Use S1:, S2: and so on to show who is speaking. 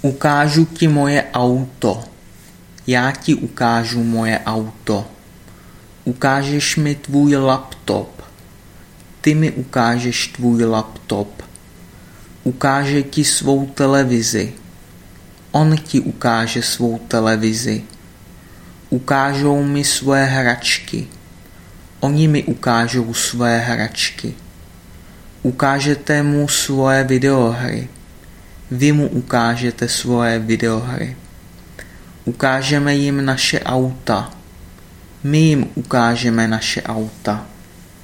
S1: Ukážu ti moje auto. Já ti ukážu moje auto. Ukážeš mi tvůj laptop. Ty mi ukážeš tvůj laptop. Ukáže ti svou televizi. On ti ukáže svou televizi. Ukážou mi svoje hračky. Oni mi ukážou svoje hračky. Ukážete mu svoje videohry. Vy mu ukážete svoje videohry. Ukážeme jim naše auta. My jim ukážeme naše auta.